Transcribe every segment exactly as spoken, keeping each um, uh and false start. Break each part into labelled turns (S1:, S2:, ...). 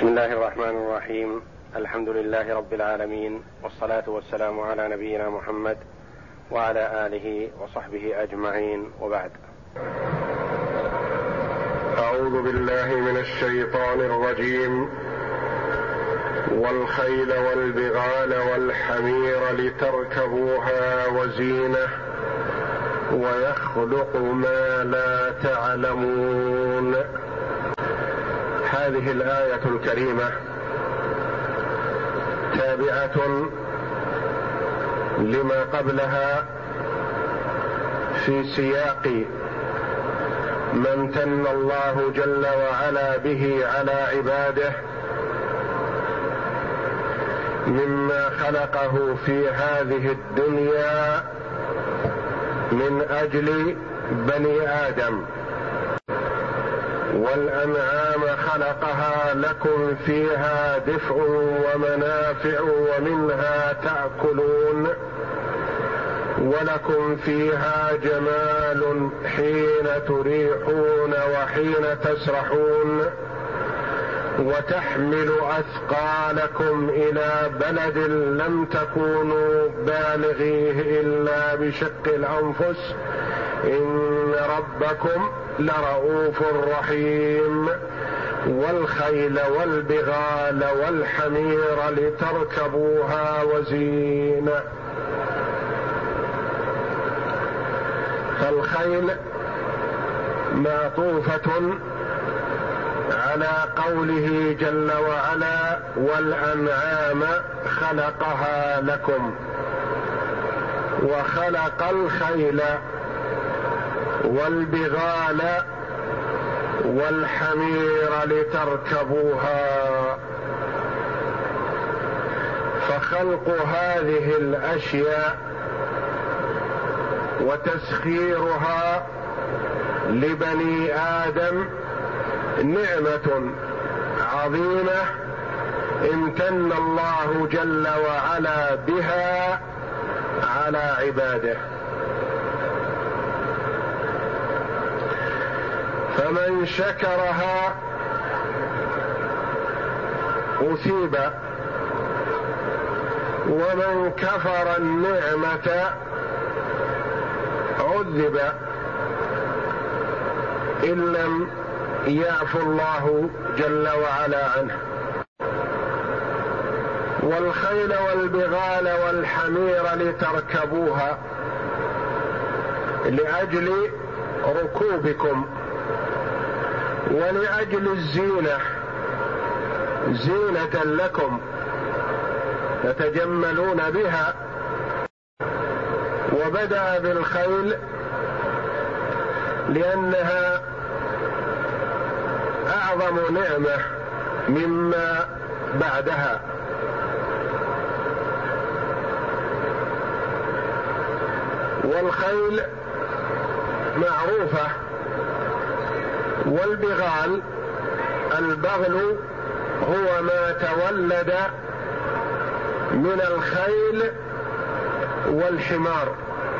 S1: بسم الله الرحمن الرحيم. الحمد لله رب العالمين، والصلاة والسلام على نبينا محمد وعلى آله وصحبه أجمعين، وبعد.
S2: أعوذ بالله من الشيطان الرجيم. والخيل والبغال والحمير لتركبوها وزينة ويخلق ما لا تعلمون. هذه الآية الكريمة تابعة لما قبلها في سياق ما امتن الله جل وعلا به على عباده مما خلقه في هذه الدنيا من أجل بني آدم، والأنعام خلقها لكم فيها دفء ومنافع ومنها تأكلون، ولكم فيها جمال حين تريحون وحين تسرحون، وتحمل أثقالكم إلى بلد لم تكونوا بالغيه إلا بشق الأنفس إن ربكم لرؤوف رحيم. والخيل والبغال والحمير لتركبوها وزينة. فالخيل معطوفة على قوله جل وعلا والأنعام خلقها لكم، وخلق الخيل والبغال والحمير لتركبوها. فخلق هذه الأشياء وتسخيرها لبني آدم نعمة عظيمة امتن الله جل وعلا بها على عباده. فمن شكرها أثيب، ومن كفر النعمة عذب إن لم يعفو الله جل وعلا عنه. والخيل والبغال والحمير لتركبوها لأجل ركوبكم ولأجل الزينة، زينة لكم تتجملون بها. وبدأ بالخيل لأنها أعظم نعمة مما بعدها، والخيل معروفة. والبغال، البغل هو ما تولد من الخيل والحمار.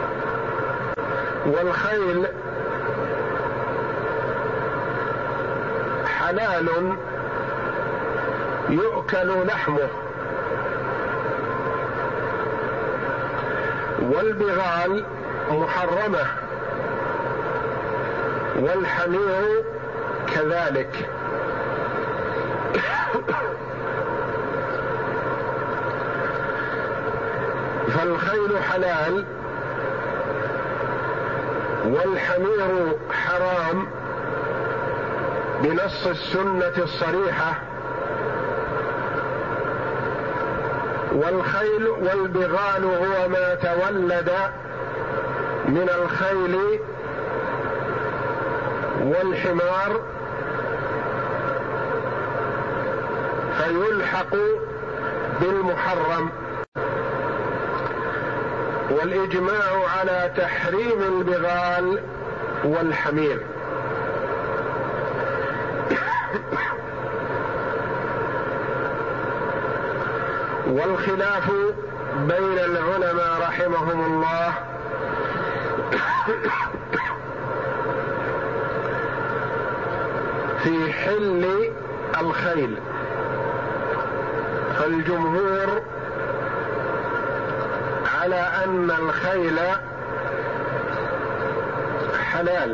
S2: والخيل حلال يؤكل لحمه، والبغال محرمة، والحمير كذلك. فالخيل حلال والحمير حرام بنص السنة الصريحة. والخيل والبغال هو ما تولد من الخيل والحمار فيلحق بالمحرم. والإجماع على تحريم البغال والحمير. والخلاف بين العلماء رحمهم الله في حل الخيل فالجمهور على أن الخيل حلال،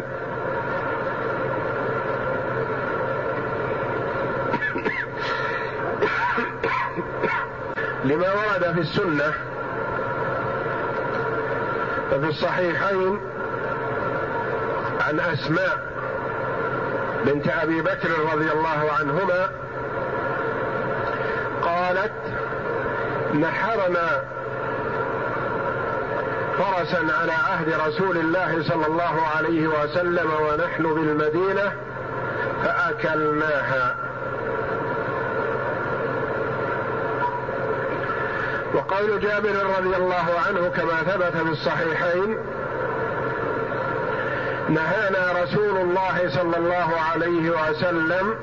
S2: لما ورد في السنة وفي الصحيحين عن أسماء بنت أبي بكر رضي الله عنهما قالت: نحرنا فرسا على عهد رسول الله صلى الله عليه وسلم ونحن بالمدينة فأكلناها. وقول جابر رضي الله عنه كما ثبت في الصحيحين: نهانا رسول الله صلى الله عليه وسلم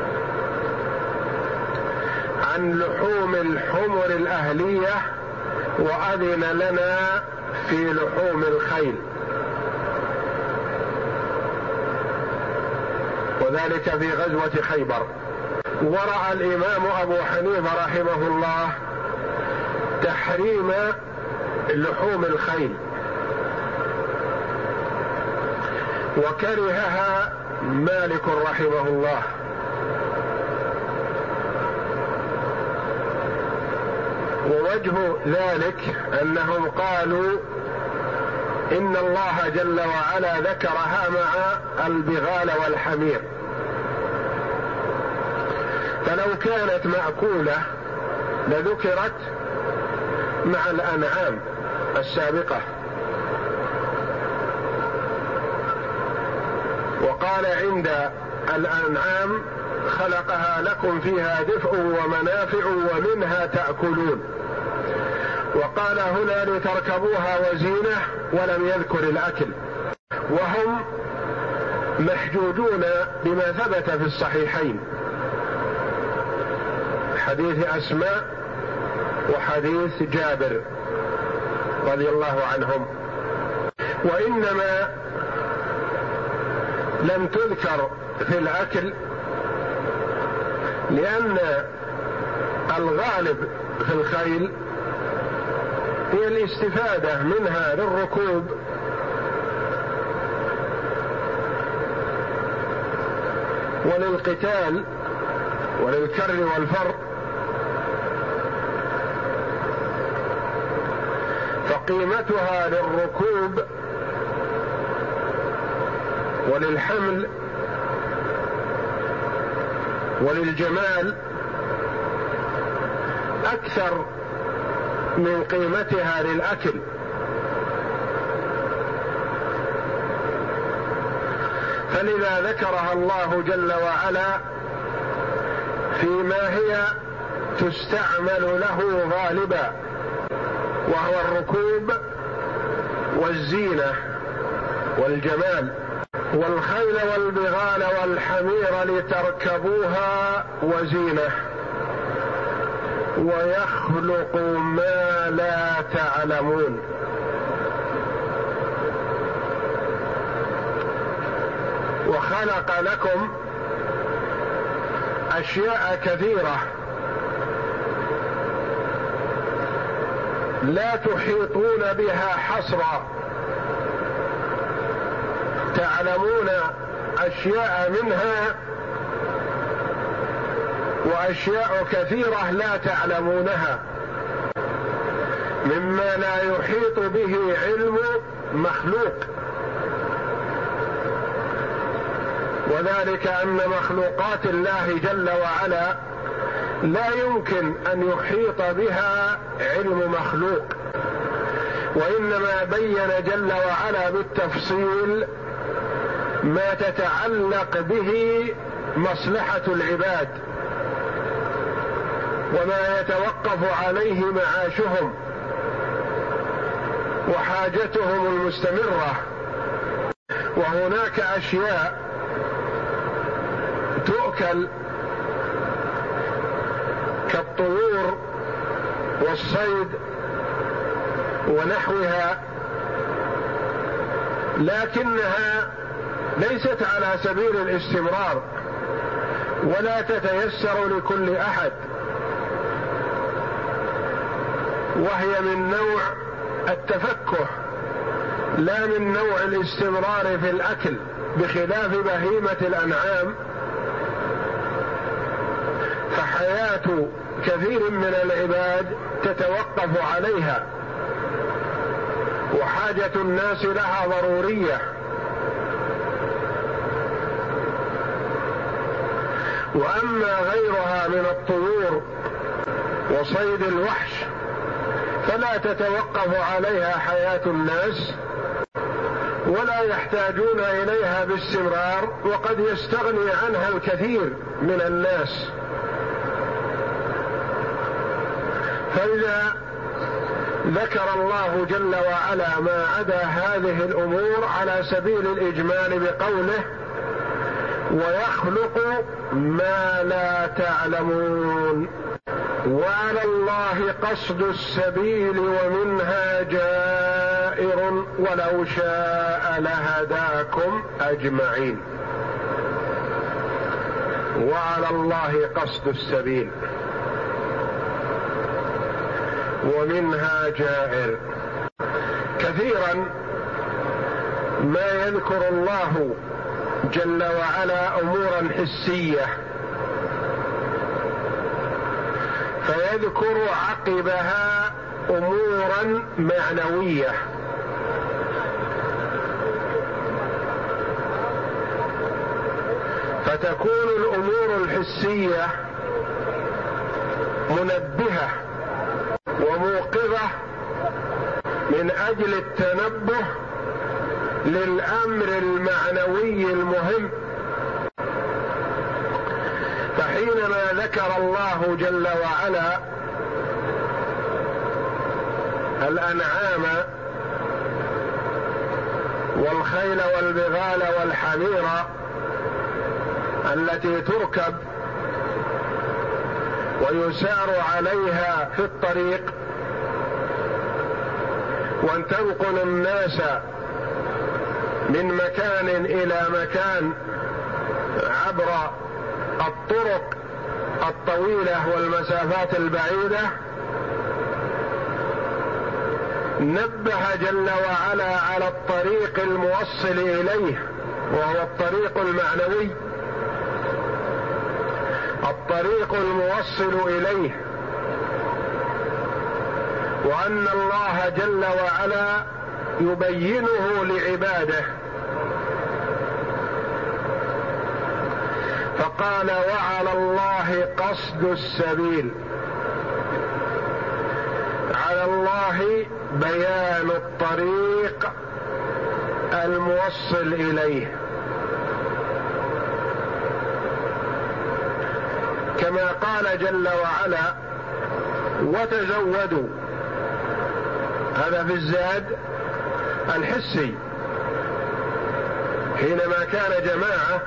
S2: عن لحوم الحمر الأهلية وأذن لنا في لحوم الخيل، وذلك في غزوة خيبر. ورأى الإمام أبو حنيفة رحمه الله تحريم لحوم الخيل، وكرهها مالك رحمه الله. ووجه ذلك أنهم قالوا إن الله جل وعلا ذكرها مع البغال والحمير، فلو كانت مأكولة لذكرت مع الأنعام السابقة. وقال عند الأنعام: خلقها لكم فيها دفء ومنافع ومنها تأكلون. وقال هنا: لتركبوها وزينة، ولم يذكر الأكل. وهم محجوجون بما ثبت في الصحيحين، حديث أسماء وحديث جابر رضي الله عنهم. وإنما لم تذكر في الأكل لأن الغالب في الخيل هي الاستفادة منها للركوب وللقتال وللكر والفر، فقيمتها للركوب وللحمل وللجمال أكثر من قيمتها للأكل. فلذا ذكرها الله جل وعلا فيما هي تستعمل له غالبا، وهو الركوب والزينة والجمال. والخيل والبغال والحمير لتركبوها وزينة ويخلق ما لا تعلمون. وخلق لكم أشياء كثيرة لا تحيطون بها حصرا، تعلمون أشياء منها وأشياء كثيرة لا تعلمونها مما لا يحيط به علم مخلوق. وذلك أن مخلوقات الله جل وعلا لا يمكن أن يحيط بها علم مخلوق، وإنما بين جل وعلا بالتفصيل ما تتعلق به مصلحة العباد وما يتوقف عليه معاشهم وحاجتهم المستمرة. وهناك أشياء تؤكل كالطيور والصيد ونحوها، لكنها ليست على سبيل الاستمرار ولا تتيسر لكل أحد، وهي من نوع التفكه لا من نوع الاستمرار في الأكل، بخلاف بهيمة الأنعام فحياة كثير من العباد تتوقف عليها، وحاجة الناس لها ضرورية. وأما غيرها من الطيور وصيد الوحش فلا تتوقف عليها حياة الناس ولا يحتاجون إليها باستمرار، وقد يستغني عنها الكثير من الناس. فإذا ذكر الله جل وعلا ما عدا هذه الأمور على سبيل الإجمال بقوله: ويخلق ما لا تعلمون، وعلى الله قصد السبيل ومنها جائر ولو شاء لهداكم أجمعين. وعلى الله قصد السبيل ومنها جائر. كثيرا ما يذكر الله جل وعلا أمورا حسية فيذكر عقبها أمورا معنوية، فتكون الأمور الحسية منبهة وموقظة من أجل التنبه للأمر المعنوي المهم. فحينما ذكر الله جل وعلا الأنعام والخيل والبغال والحمير التي تركب ويسار عليها في الطريق وأن تنقل الناس من مكان إلى مكان عبر الطرق الطويلة والمسافات البعيدة، نبه جل وعلا على الطريق الموصل إليه وهو الطريق المعنوي، الطريق الموصل إليه، وأن الله جل وعلا يبينه لعباده. فقال: وعلى الله قصد السبيل، على الله بيان الطريق الموصل إليه، كما قال جل وعلا: وتزودوا. هذا في الزاد الحسي، حينما كان جماعة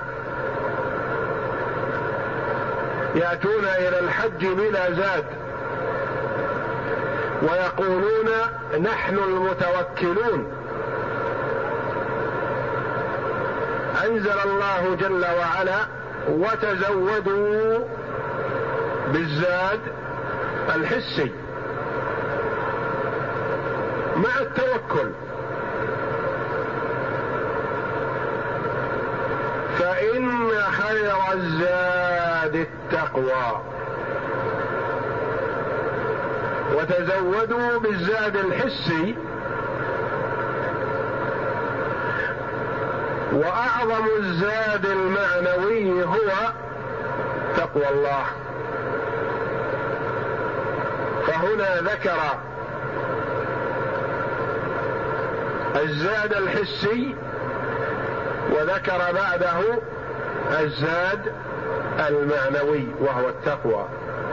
S2: يأتون إلى الحج بلا زاد ويقولون: نحن المتوكلون، أنزل الله جل وعلا: وتزودوا بالزاد الحسي مع التوكل. فإن خير الزاد التقوى. وتزودوا بالزاد الحسي، وأعظم الزاد المعنوي هو تقوى الله. فهنا ذكر الزاد الحسي وذكر بعده الزاد المعنوي وهو التقوى.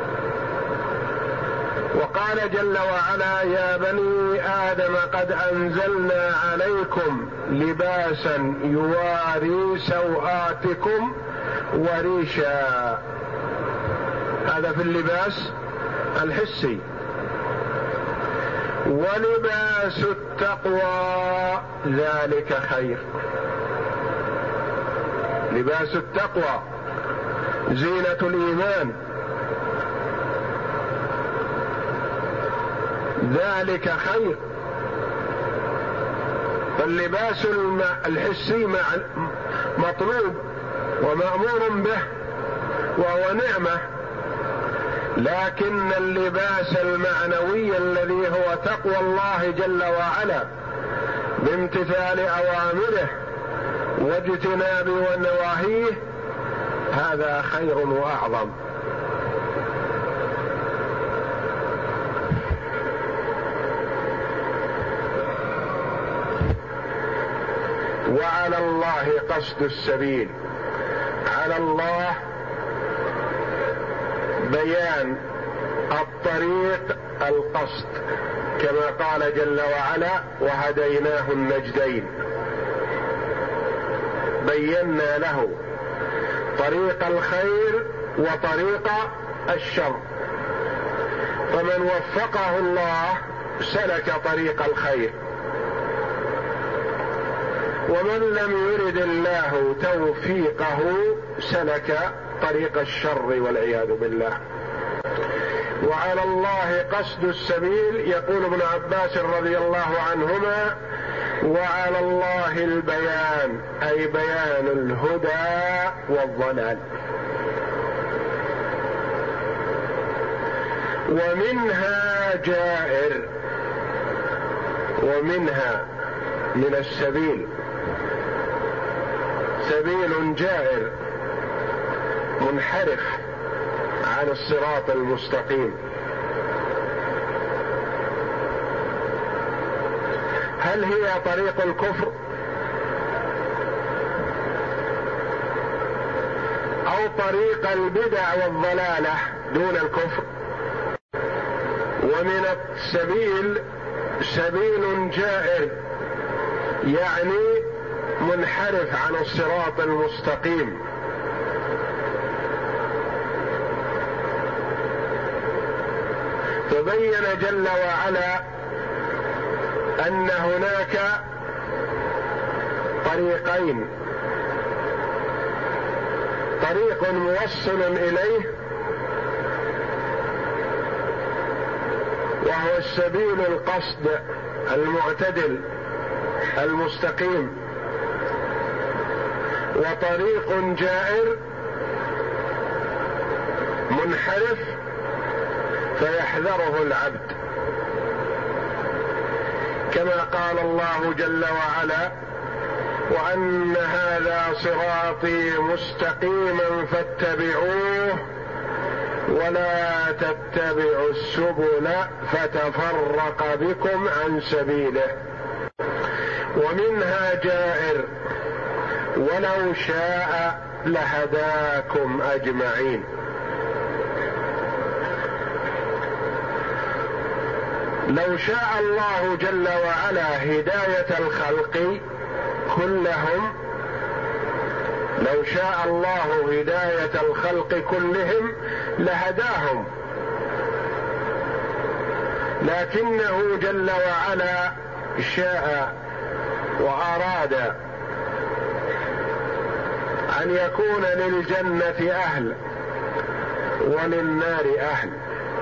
S2: وقال جل وعلا: يا بني آدم قد أنزلنا عليكم لباسا يواري سوآتكم وريشا. هذا في اللباس الحسي. ولباس التقوى ذلك خير. لباس التقوى زينة الإيمان، ذلك خير. فاللباس الحسي مطلوب ومأمور به وهو نعمة، لكن اللباس المعنوي الذي هو تقوى الله جل وعلا بامتثال أوامره واجتناب نواهيه، هذا خير وأعظم. وعلى الله قصد السبيل. على الله بيان الطريق القصد، كما قال جل وعلا: وهديناه النجدين. بينا له طريق الخير وطريق الشر، فمن وفقه الله سلك طريق الخير، ومن لم يرد الله توفيقه سلك طريق الشر والعياذ بالله. وعلى الله قصد السبيل. يقول ابن عباس رضي الله عنهما: وعلى الله البيان، أي بيان الهدى والضلال. ومنها جائر، ومنها من السبيل سبيل جائر منحرف عن الصراط المستقيم. هل هي طريق الكفر او طريق البدع والضلالة دون الكفر؟ ومن السبيل سبيل جائر، يعني منحرف عن الصراط المستقيم. فبين جل وعلا أن هناك طريقين: طريق موصل إليه وهو السبيل القصد المعتدل المستقيم، وطريق جائر منحرف فيحذره العبد، كما قال الله جل وعلا: وأن هذا صراطي مستقيما فاتبعوه ولا تتبعوا السبل فتفرق بكم عن سبيله. ومنها جائر ولو شاء لهداكم أجمعين. لو شاء الله جل وعلا هداية الخلق كلهم، لو شاء الله هداية الخلق كلهم لهداهم، لكنه جل وعلا شاء وأراد أن يكون للجنة أهل وللنار أهل.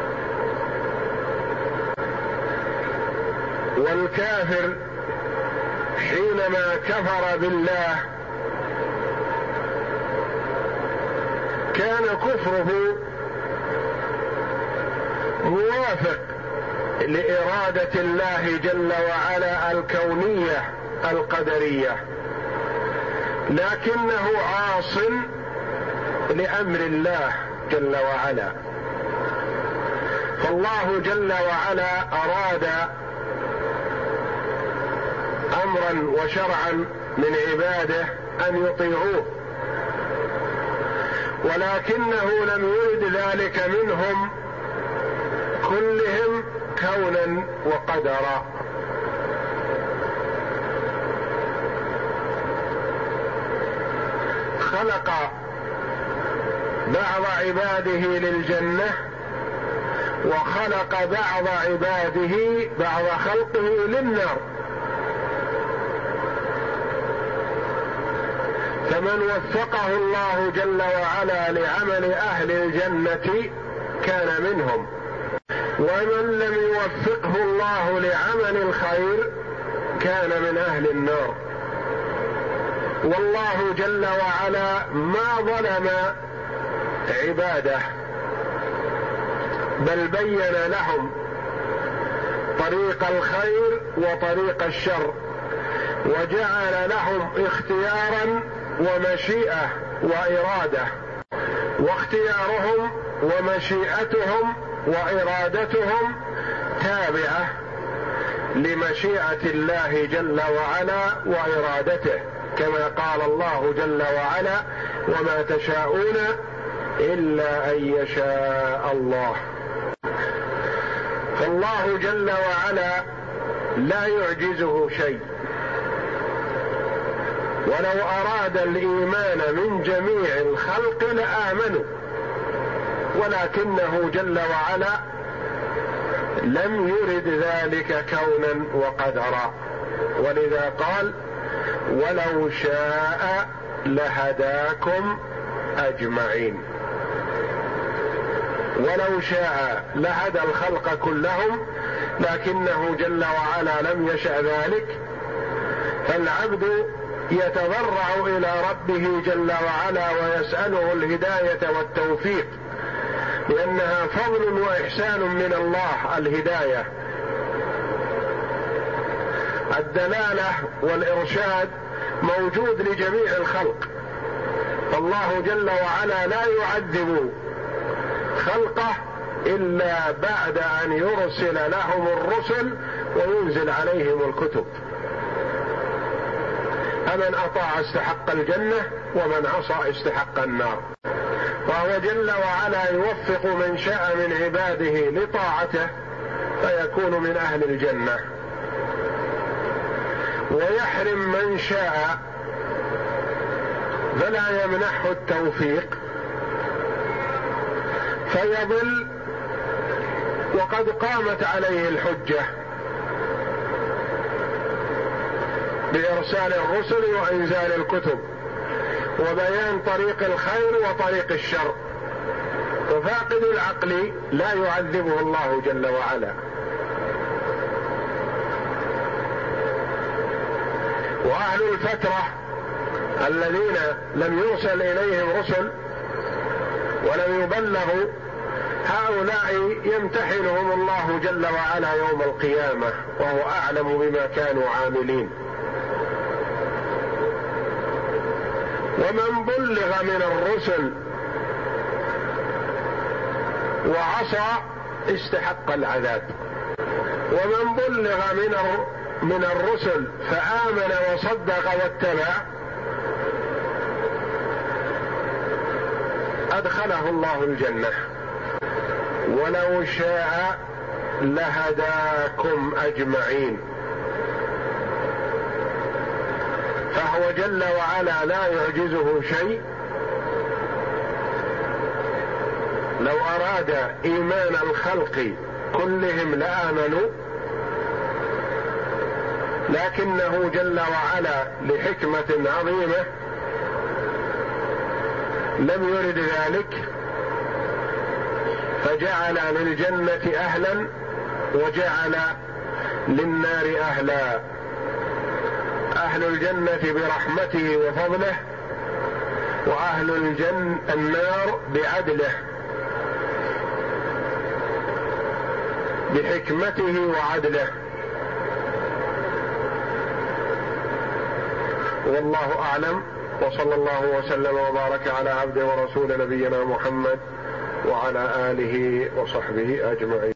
S2: والكافر حينما كفر بالله كان كفره موافق لإرادة الله جل وعلا الكونية القدرية، لكنه عاص لأمر الله جل وعلا. فالله جل وعلا أراد أمرا وشرعا من عباده أن يطيعوه، ولكنه لم يرد ذلك منهم كلهم كونا وقدرا. خلق بعض عباده للجنة وخلق بعض عباده بعض خلقه للنار، فمن وفقه الله جل وعلا لعمل أهل الجنة كان منهم، ومن لم يوفقه الله لعمل الخير كان من أهل النار. والله جل وعلا ما ظلم عباده، بل بين لهم طريق الخير وطريق الشر، وجعل لهم اختيارا ومشيئة وإرادة، واختيارهم ومشيئتهم وإرادتهم تابعة لمشيئة الله جل وعلا وإرادته، كما قال الله جل وعلا: وما تشاءون إلا أن يشاء الله. فالله جل وعلا لا يعجزه شيء، ولو أراد الإيمان من جميع الخلق لآمنوا، ولكنه جل وعلا لم يرد ذلك كونا وقدرا، ولذا قال: ولو شاء لهداكم أجمعين. ولو شاء لهدى الخلق كلهم، لكنه جل وعلا لم يشأ ذلك، فالعبد يتضرع إلى ربه جل وعلا ويسأله الهداية والتوفيق، لأنها فضل وإحسان من الله. الهداية الدلالة والإرشاد موجود لجميع الخلق، فالله جل وعلا لا يعذب خلقه إلا بعد أن يرسل لهم الرسل وينزل عليهم الكتب. فمن أطاع استحق الجنة، ومن عصى استحق النار. فهو جل وعلا يوفق من شاء من عباده لطاعته فيكون من أهل الجنة، ويحرم من شاء فلا يمنحه التوفيق فيضل وقد قامت عليه الحجة بإرسال الرسل وإنزال الكتب وبيان طريق الخير وطريق الشر. ففاقد العقل لا يعذبه الله جل وعلا. وأهل الفترة الذين لم يرسل إليهم رسل ولم يبلغوا، هؤلاء يمتحنهم الله جل وعلا يوم القيامة، وهو أعلم بما كانوا عاملين. ومن بلغ من الرسل وعصى استحق العذاب، ومن بلغ من من الرسل فآمن وصدق واتبع أدخله الله الجنة. ولو شاء لهداكم أجمعين. فهو جل وعلا لا يعجزه شيء. لو أراد إيمان الخلق كلهم لآمنوا، لكنه جل وعلا لحكمة عظيمة لم يرد ذلك، فجعل للجنة أهلا وجعل للنار أهلا. أهل الجنة برحمته وفضله، وأهل الجنة النار بعدله بحكمته وعدله. والله أعلم، وصلى الله وسلم وبارك على عبده ورسول نبينا محمد وعلى آله وصحبه أجمعين.